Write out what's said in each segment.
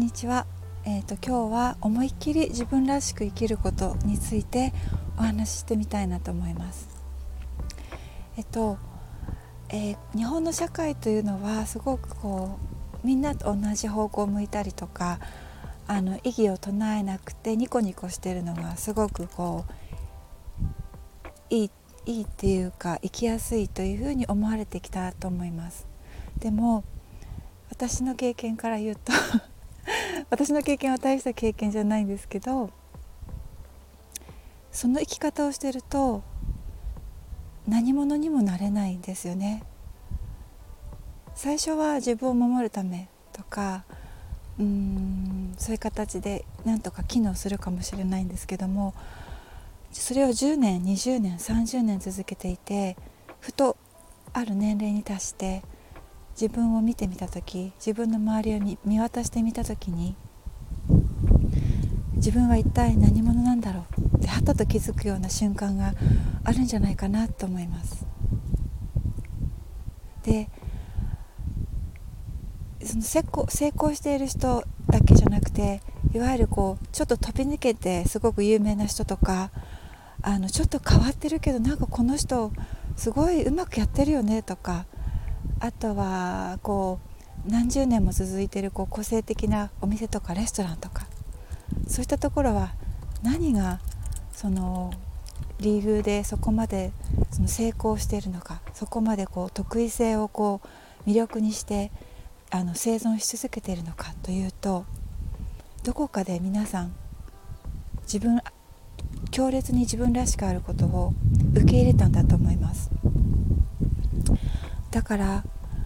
にちは。今日は思いっきり自分らしく生きることについてお話ししてみたいなと思います。日本の社会というのはすごくみんなと同じ方向を向いたりとか、異議を唱えなくてニコニコしているのがすごくいいっていうか生きやすいというふうに思われてきたと思います。でも私の経験から言うと私の経験は大した経験じゃないんですけど、その生き方をしていると何者にもなれないんですよね。最初は自分を守るためとかそういう形でなんとか機能するかもしれないんですけども、それを10年20年30年続けていて、ふとある年齢に達して自分を見てみたとき、自分の周りを見渡してみたときに、自分は一体何者なんだろうってはたと気づくような瞬間があるんじゃないかなと思います。で、その成功している人だけじゃなくて、いわゆるちょっと飛び抜けてすごく有名な人とか、ちょっと変わってるけどなんかこの人すごいうまくやってるよねとか、あとは何十年も続いている個性的なお店とかレストランとか、そういったところは何がその理由でそこまでその成功しているのか、そこまで得意性を魅力にして生存し続けているのかというと、どこかで皆さん強烈に自分らしくあることを受け入れたんだと思います。だから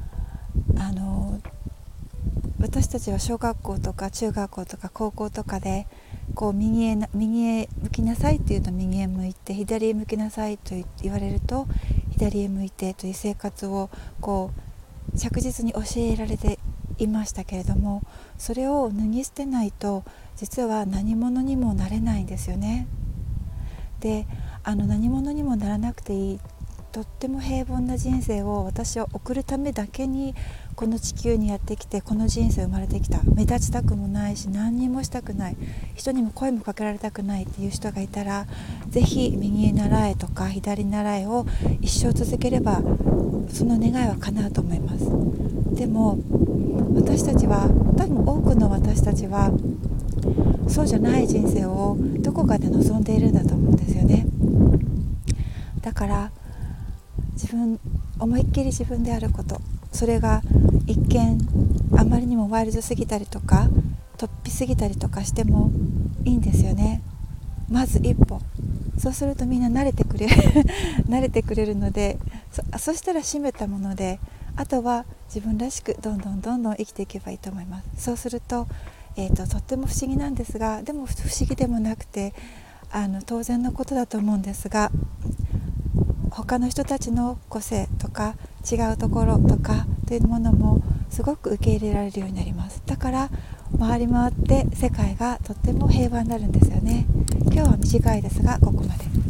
私たちは小学校とか中学校とか高校とかで右へ向きなさいっていうと右へ向いて、左へ向きなさいと言われると左へ向いてという生活を着実に教えられていましたけれども、それを脱ぎ捨てないと実は何者にもなれないんですよね。で、何者にもならなくていい、とっても平凡な人生を私は送るためだけにこの地球にやってきて、この人生生まれてきた。目立ちたくもないし何にもしたくない、人にも声もかけられたくないっていう人がいたら、ぜひ右へ習えとか左に習えを一生続ければその願いは叶うと思います。でも私たちは、多分多くの私たちはそうじゃない人生をどこかで望んでいるんだと思うんですよね。だから思いっきり自分であること、それが一見あまりにもワイルドすぎたりとか突飛すぎたりとかしてもいいんですよね。まず一歩、そうするとみんな慣れてくれるので、そしたら締めたもので、あとは自分らしくどんどん生きていけばいいと思います。そうすると、とっても不思議なんですが、でも不思議でもなくて当然のことだと思うんですが、他の人たちの個性とか違うところとかというものもすごく受け入れられるようになります。だから回り回って世界がとっても平和になるんですよね。今日は短いですがここまで。